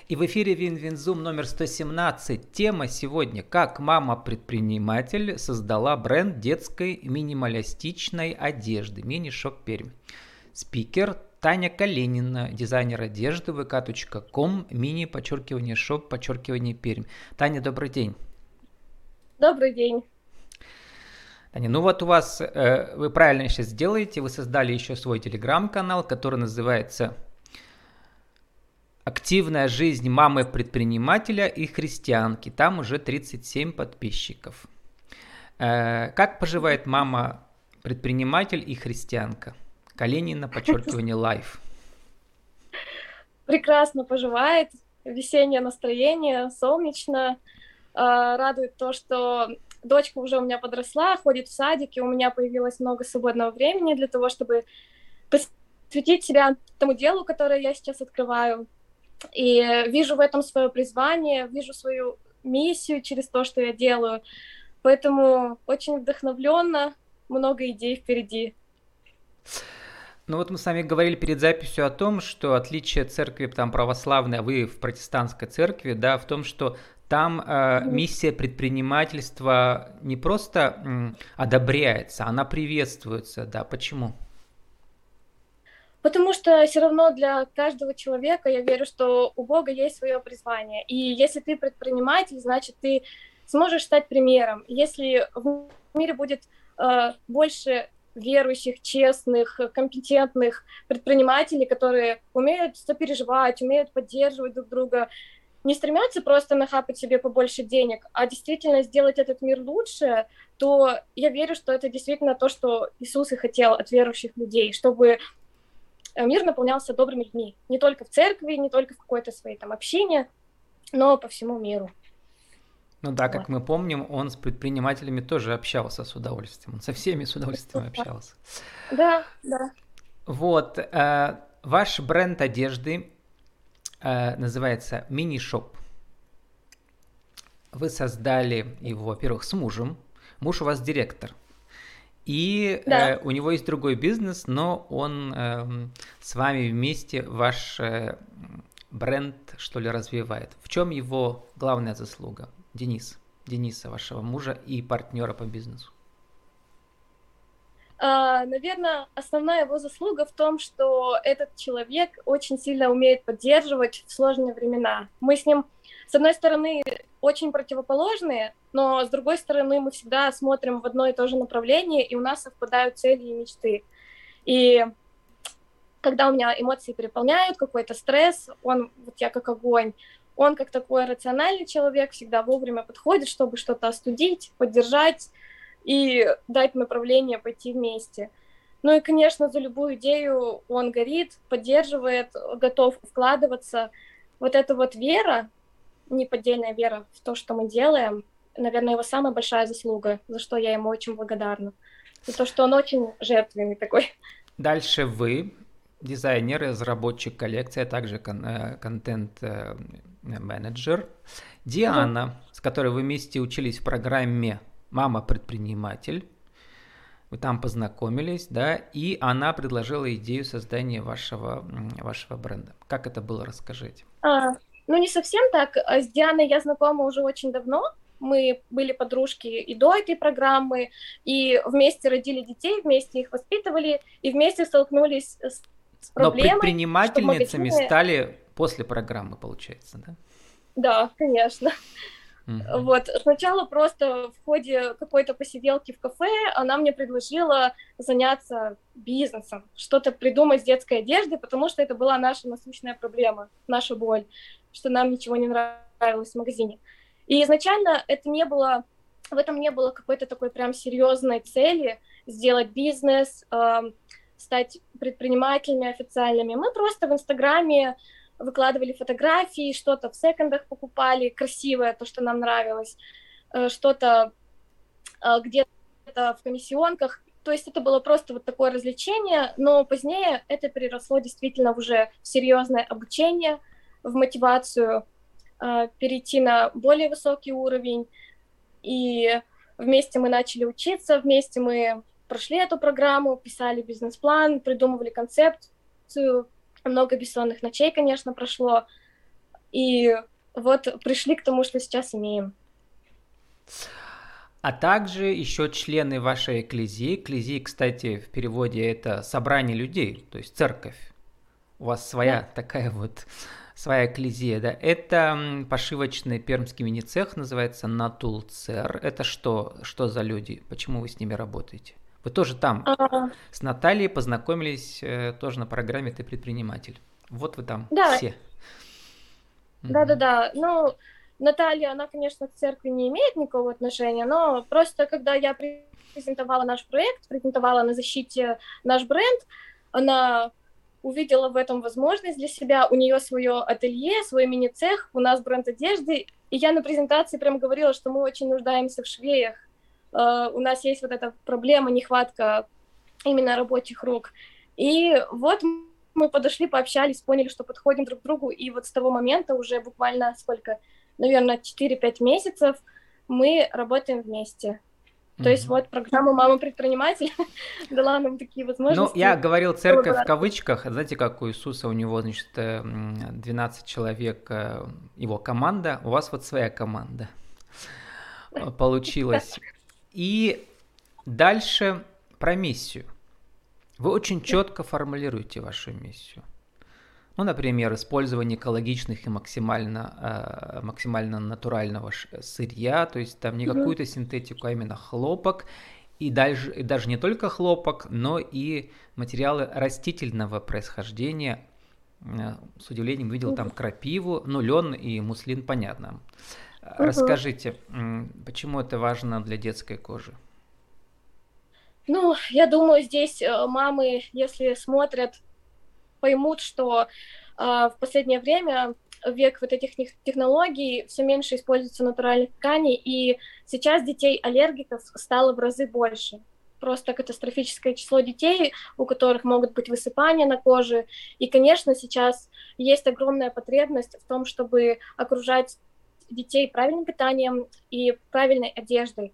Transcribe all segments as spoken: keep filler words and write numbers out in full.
И в эфире Винвинзум номер сто семнадцать. Тема сегодня: как мама-предприниматель создала бренд детской минималистичной одежды Мини-шоп Пермь. Спикер Таня Калинина, дизайнер одежды вэ ка точка ком, мини, подчеркивание, шоп, подчеркивание, Пермь. Таня, добрый день. Добрый день. Таня, ну вот у вас, э, вы правильно сейчас делаете, вы создали еще свой телеграм-канал, который называется «Активная жизнь мамы-предпринимателя и христианки». Там уже тридцать семь подписчиков. Э, как поживает мама-предприниматель и христианка? Калинина, подчеркивание, лайф. Прекрасно поживает. Весеннее настроение, солнечно. Радует то, что дочка уже у меня подросла, ходит в садик, и у меня появилось много свободного времени для того, чтобы посвятить себя тому делу, которое я сейчас открываю. И вижу в этом свое призвание, вижу свою миссию через то, что я делаю. Поэтому очень вдохновленно, много идей впереди. Ну вот мы с вами говорили перед записью о том, что отличие церкви там православной, а вы в протестантской церкви, да, в том, что там э, миссия предпринимательства не просто м, одобряется, она приветствуется, да, почему? Потому что все равно для каждого человека, я верю, что у Бога есть свое призвание. И если ты предприниматель, значит, ты сможешь стать примером. Если в мире будет э, больше верующих, честных, компетентных предпринимателей, которые умеют сопереживать, умеют поддерживать друг друга, не стремятся просто нахапать себе побольше денег, а действительно сделать этот мир лучше, то я верю, что это действительно то, что Иисус и хотел от верующих людей, чтобы мир наполнялся добрыми людьми. Не только в церкви, не только в какой-то своей там общине, но по всему миру. Ну да, как вот. Мы помним, он с предпринимателями тоже общался с удовольствием. Он со всеми с удовольствием общался. Да, да. Вот. Э, ваш бренд одежды э, называется Мини-шоп. Вы создали его, во-первых, с мужем. Муж у вас директор. И да. э, у него есть другой бизнес, но он э, с вами вместе ваш э, бренд, что ли, развивает. В чем его главная заслуга? Денис, Дениса, вашего мужа и партнера по бизнесу. Uh, наверное, основная его заслуга в том, что этот человек очень сильно умеет поддерживать в сложные времена. Мы с ним, с одной стороны, очень противоположные, но с другой стороны, мы всегда смотрим в одно и то же направление, и у нас совпадают цели и мечты. И когда у меня эмоции переполняют, какой-то стресс, он, вот я как огонь, он как такой рациональный человек всегда вовремя подходит, чтобы что-то остудить, поддержать и дать направление пойти вместе. Ну и, конечно, за любую идею он горит, поддерживает, готов вкладываться. Вот эта вот вера, неподдельная вера в то, что мы делаем, наверное, его самая большая заслуга, за что я ему очень благодарна. За то, что он очень жертвенный такой. Дальше вы, дизайнер и разработчик коллекции, а также кон- контент-менеджер. Диана, угу. с которой вы вместе учились в программе «Мама-предприниматель». Вы там познакомились, да, и она предложила идею создания вашего, вашего бренда. Как это было, расскажите. А, ну, не совсем так. С Дианой я знакома уже очень давно. Мы были подружки и до этой программы, и вместе родили детей, вместе их воспитывали, и вместе столкнулись с, с проблемой. Но предпринимательницами магазине... стали после программы, получается, да? Да, конечно. Uh-huh. Вот. Сначала просто в ходе какой-то посиделки в кафе она мне предложила заняться бизнесом, что-то придумать с детской одеждой, потому что это была наша насущная проблема, наша боль, что нам ничего не нравилось в магазине. И изначально это не было, в этом не было какой-то такой прям серьезной цели сделать бизнес, э, стать предпринимателями официальными. Мы просто в Инстаграме выкладывали фотографии, что-то в секондах покупали, красивое, то, что нам нравилось, что-то где-то в комиссионках. То есть это было просто вот такое развлечение, но позднее это переросло действительно уже в серьезное обучение, в мотивацию перейти на более высокий уровень. И вместе мы начали учиться, вместе мы прошли эту программу, писали бизнес-план, придумывали концепцию. Много бессонных ночей, конечно, прошло. И вот пришли к тому, что сейчас имеем. А также еще члены вашей экклезии. Экклезия, кстати, в переводе это собрание людей, то есть церковь. У вас своя Да. такая вот, своя экклезия, да. Это пошивочный пермский мини-цех, называется Натулцер. Это что, что за люди? Почему вы с ними работаете? Вы тоже там А, с Натальей познакомились э, тоже на программе «Ты предприниматель». Вот вы там да, все. Мгм. да-да-да. Ну, Наталья, она, конечно, к церкви не имеет никакого отношения, но просто когда я презентовала наш проект, презентовала на защите наш бренд, она увидела в этом возможность для себя, у нее свое ателье, свой мини-цех, у нас бренд одежды, и я на презентации прям говорила, что мы очень нуждаемся в швеях, uh, у нас есть вот эта проблема, нехватка именно рабочих рук. И вот мы подошли, пообщались, поняли, что подходим друг к другу, и вот с того момента уже буквально сколько, наверное, четыре-пять месяцев мы работаем вместе. То есть вот программа «Мама-предприниматель» дала нам такие возможности. Ну, я говорил церковь в кавычках. Знаете, как у Иисуса, у него, значит, двенадцать человек, его команда. У вас вот своя команда получилась. И дальше про миссию. Вы очень четко формулируете вашу миссию. Ну, например, использование экологичных и максимально, максимально натурального сырья, то есть там не какую-то синтетику, а именно хлопок. И даже, и даже не только хлопок, но и материалы растительного происхождения. С удивлением видел там крапиву, ну, лен и муслин, понятно. Uh-huh. Расскажите, почему это важно для детской кожи? Ну, я думаю, здесь мамы, если смотрят, поймут, что э, в последнее время век вот этих технологий все меньше используется натуральных тканей, и сейчас детей-аллергиков стало в разы больше. Просто катастрофическое число детей, у которых могут быть высыпания на коже. И, конечно, сейчас есть огромная потребность в том, чтобы окружать детей правильным питанием и правильной одеждой.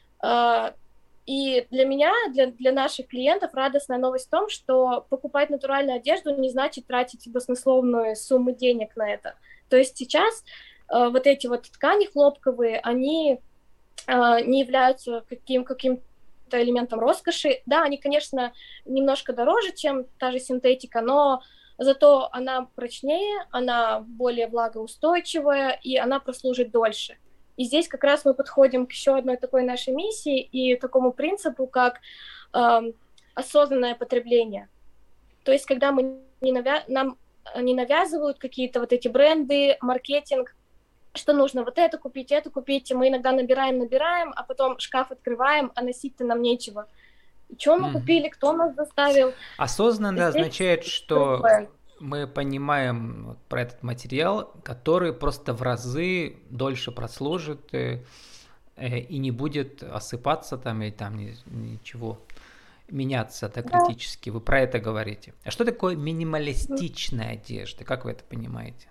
И для меня, для, для наших клиентов радостная новость в том, что покупать натуральную одежду не значит тратить баснословную сумму денег на это. То есть сейчас э, вот эти вот ткани хлопковые, они э, не являются каким, каким-то элементом роскоши. Да, они, конечно, немножко дороже, чем та же синтетика, но зато она прочнее, она более влагоустойчивая, и она прослужит дольше. И здесь как раз мы подходим к еще одной такой нашей миссии и такому принципу, как э, осознанное потребление. То есть когда мы не навя... нам не навязывают какие-то вот эти бренды, маркетинг, что нужно вот это купить, это купить, мы иногда набираем, набираем, а потом шкаф открываем, а носить-то нам нечего. Что мы mm-hmm. купили, кто нас заставил? Осознанно здесь означает, что... Такое. Мы понимаем про этот материал, который просто в разы дольше прослужит э, э, и не будет осыпаться там и там ни, ничего меняться так да. критически. Вы про это говорите. А что такое минималистичная одежда? Как вы это понимаете?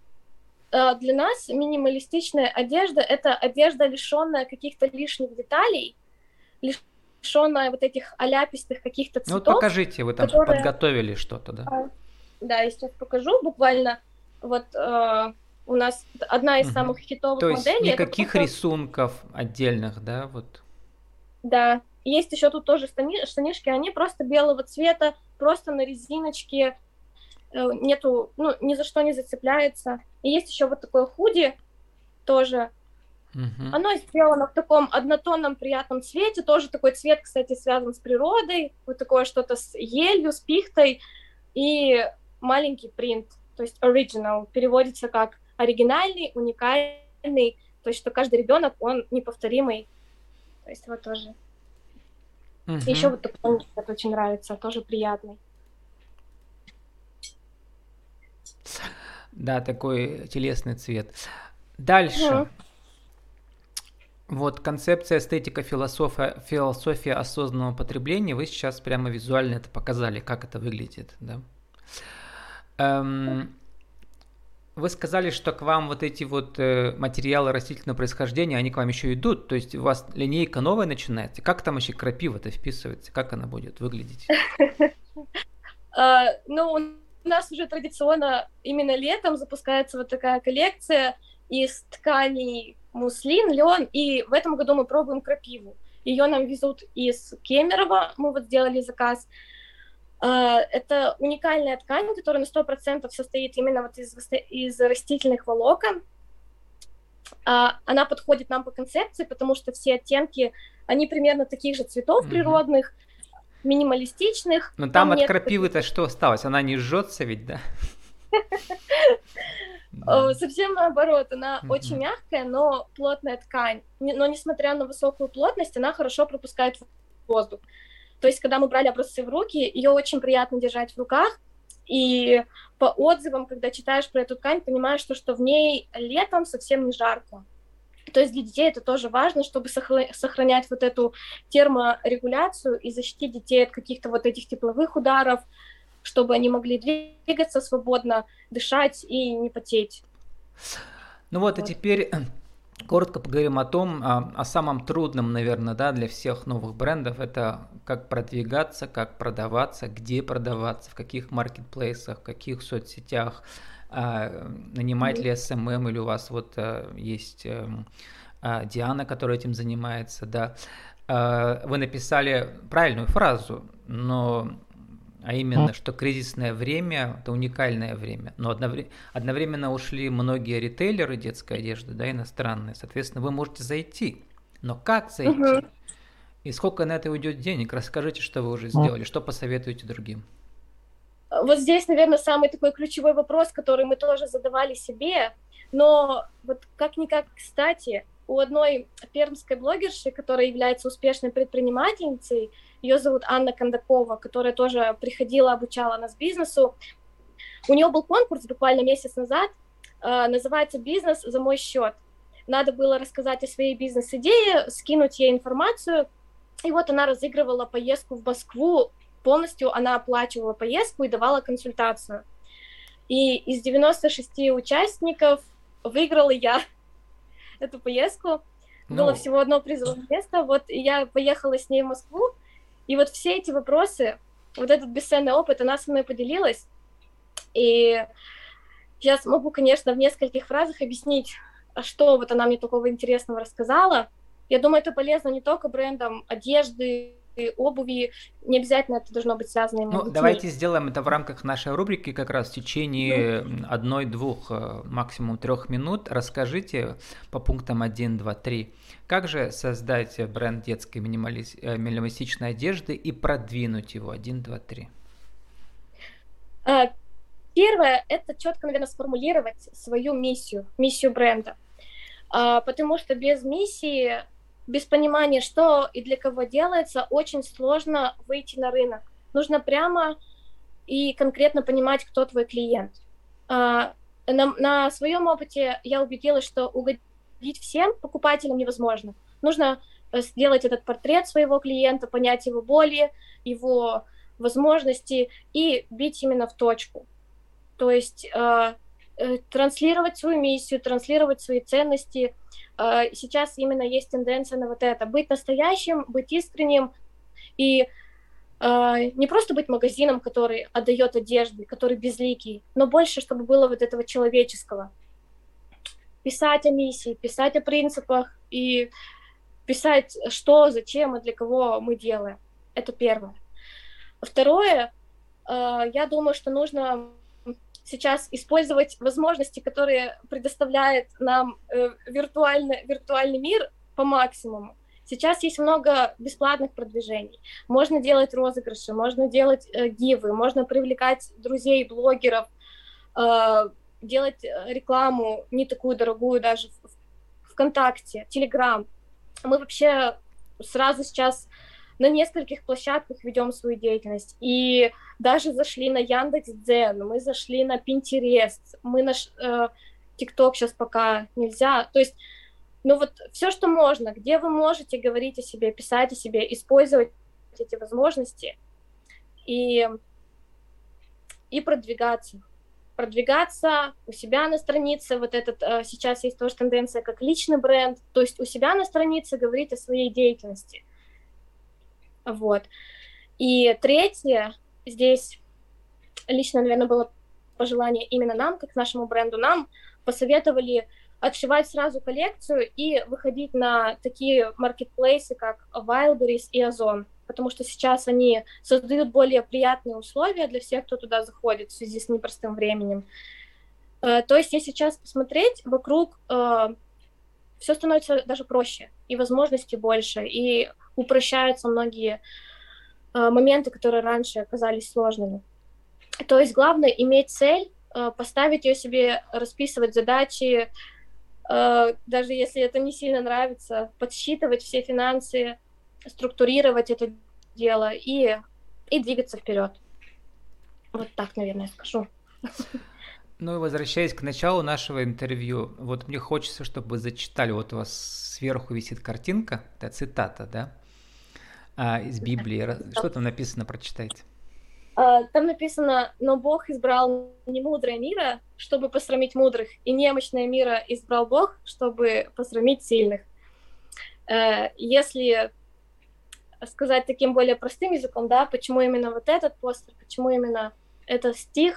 Для нас минималистичная одежда – это одежда, лишенная каких-то лишних деталей, лишенная вот этих аляпистых каких-то цветов. Ну вот покажите, вы там которые... подготовили что-то, да? Да, я сейчас покажу. Буквально вот э, у нас одна из угу. самых хитовых То есть моделей. Никаких это... рисунков отдельных, да? Вот. Да. Есть еще тут тоже штани... штанишки, они просто белого цвета, просто на резиночке, э, нету, ну, ни за что не зацепляется. И есть еще вот такое худи тоже. Угу. Оно сделано в таком однотонном приятном цвете. Тоже такой цвет, кстати, связан с природой. Вот такое что-то с елью, с пихтой. И маленький принт, то есть original, переводится как оригинальный, уникальный, то есть что каждый ребенок, он неповторимый. То есть вот тоже. Uh-huh. Еще вот такой это очень нравится, тоже приятный. Да, такой телесный цвет. Дальше. Uh-huh. Вот концепция эстетика, философия, философия осознанного потребления. Вы сейчас прямо визуально это показали, как это выглядит, да? Эм, вы сказали, что к вам вот эти вот э, материалы растительного происхождения, они к вам еще идут, то есть у вас линейка новая начинается. Как там еще крапива-то вписывается? Как она будет выглядеть? Ну, у нас уже традиционно именно летом запускается вот такая коллекция из тканей муслин, лен, и в этом году мы пробуем крапиву. Ее нам везут из Кемерово, мы вот сделали заказ. Это уникальная ткань, которая на сто процентов состоит именно вот из, из растительных волокон. Она подходит нам по концепции, потому что все оттенки, они примерно таких же цветов mm-hmm. природных, минималистичных. Но там, там от крапивы-то что осталось? Она не жжется ведь, да? Совсем наоборот, она очень мягкая, но плотная ткань. Но несмотря на высокую плотность, она хорошо пропускает воздух. То есть, когда мы брали образцы в руки, ее очень приятно держать в руках, и по отзывам, когда читаешь про эту ткань, понимаешь, что, что в ней летом совсем не жарко. То есть для детей это тоже важно, чтобы сохранять вот эту терморегуляцию и защитить детей от каких-то вот этих тепловых ударов, чтобы они могли двигаться свободно, дышать и не потеть. Ну вот, вот. И теперь коротко поговорим о том, о, о самом трудном, наверное, да, для всех новых брендов. Это как продвигаться, как продаваться, где продаваться, в каких маркетплейсах, в каких соцсетях, а, нанимать ли эс эм эм, или у вас вот а, есть а, Диана, которая этим занимается, да. А, вы написали правильную фразу, но... А именно, что кризисное время – это уникальное время. Но одновременно ушли многие ритейлеры детской одежды, да, иностранные. Соответственно, вы можете зайти. Но как зайти? Uh-huh. И сколько на это уйдет денег? Расскажите, что вы уже сделали, uh-huh. что посоветуете другим. Вот здесь, наверное, самый такой ключевой вопрос, который мы тоже задавали себе. Но вот как-никак, кстати, у одной пермской блогерши, которая является успешной предпринимательницей, ее зовут Анна Кондакова, которая тоже приходила, обучала нас бизнесу. У нее был конкурс буквально месяц назад, э, называется «Бизнес за мой счет». Надо было рассказать о своей бизнес-идее, скинуть ей информацию. И вот она разыгрывала поездку в Москву, полностью она оплачивала поездку и давала консультацию. И из девяноста шести участников выиграла я эту поездку. Ну... Было всего одно призовое место. Вот и я поехала с ней в Москву. И вот все эти вопросы, вот этот бесценный опыт, она со мной поделилась. И я смогу, конечно, в нескольких фразах объяснить, что вот она мне такого интересного рассказала. Я думаю, это полезно не только брендам одежды, обуви, не обязательно это должно быть связано именно с детьми. Ну, давайте сделаем это в рамках нашей рубрики как раз в течение mm-hmm. одной-двух, максимум трех минут. Расскажите по пунктам один, два, три, как же создать бренд детской минималист... минималистичной одежды и продвинуть его? один, два, три. Первое – это четко, наверное, сформулировать свою миссию, миссию бренда. Потому что без миссии, без понимания, что и для кого делается, очень сложно выйти на рынок. Нужно прямо и конкретно понимать, кто твой клиент. На, на своем опыте я убедилась, что угодить всем покупателям невозможно. Нужно сделать этот портрет своего клиента, понять его боли, его возможности и бить именно в точку. То есть э, э, транслировать свою миссию, транслировать свои ценности. Э, сейчас именно есть тенденция на вот это. Быть настоящим, быть искренним и э, не просто быть магазином, который отдает одежды, который безликий, но больше, чтобы было вот этого человеческого. Писать о миссии, писать о принципах и писать, что, зачем и для кого мы делаем. Это первое. Второе, я думаю, что нужно сейчас использовать возможности, которые предоставляет нам виртуальный, виртуальный мир по максимуму. Сейчас есть много бесплатных продвижений. Можно делать розыгрыши, можно делать гивы, можно привлекать друзей, блогеров, делать рекламу не такую дорогую даже в ВКонтакте, Телеграм. Мы вообще сразу сейчас на нескольких площадках ведем свою деятельность. И даже зашли на Яндекс.Дзен, мы зашли на Pinterest, мы наш э, ТикТок сейчас пока нельзя. То есть, ну вот все, что можно, где вы можете говорить о себе, писать о себе, использовать эти возможности и, и продвигаться. Продвигаться у себя на странице. Вот этот э, сейчас есть тоже тенденция как личный бренд. То есть у себя на странице говорить о своей деятельности. Вот. И третье, здесь лично, наверное, было пожелание именно нам, как нашему бренду, нам посоветовали отшивать сразу коллекцию и выходить на такие маркетплейсы, как Wildberries и Озон, потому что сейчас они создают более приятные условия для всех, кто туда заходит в связи с непростым временем. То есть, если сейчас посмотреть, вокруг все становится даже проще, и возможностей больше, и упрощаются многие моменты, которые раньше казались сложными. То есть главное иметь цель, поставить ее себе, расписывать задачи, даже если это не сильно нравится, подсчитывать все финансы, структурировать это дело и, и двигаться вперед. Вот так, наверное, скажу. Ну и возвращаясь к началу нашего интервью, вот мне хочется, чтобы вы зачитали, вот у вас сверху висит картинка, это цитата, да, а, из Библии. Что там написано, прочитайте. Там написано: «Но Бог избрал немудрое мира, чтобы посрамить мудрых, и немощное мира избрал Бог, чтобы посрамить сильных». Если сказать таким более простым языком, да, почему именно вот этот постер, почему именно этот стих,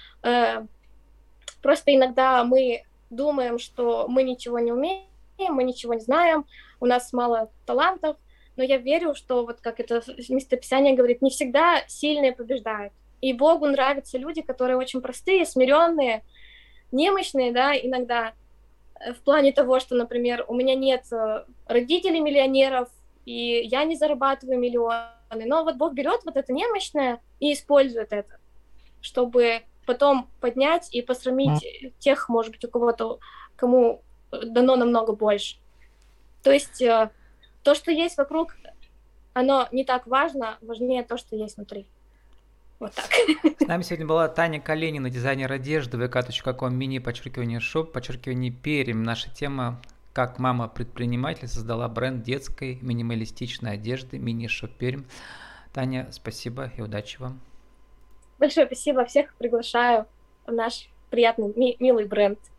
просто иногда мы думаем, что мы ничего не умеем, мы ничего не знаем, у нас мало талантов, но я верю, что, вот как это местописание говорит, не всегда сильные побеждают. И Богу нравятся люди, которые очень простые, смиренные, немощные, да, иногда в плане того, что, например, у меня нет родителей миллионеров, и я не зарабатываю миллионы, но вот Бог берет вот это немощное и использует это, чтобы потом поднять и посрамить тех, может быть, у кого-то, кому дано намного больше. То есть то, что есть вокруг, оно не так важно, важнее то, что есть внутри. Вот так. С нами сегодня была Таня Калинина, дизайнер одежды, вэ ка точка ком, мини, подчеркивание, шоп, подчеркивание, Пермь. Наша тема: как мама-предприниматель создала бренд детской минималистичной одежды мини-шоп Пермь. Таня, спасибо и удачи вам. Большое спасибо, всех приглашаю в наш приятный, ми- милый бренд.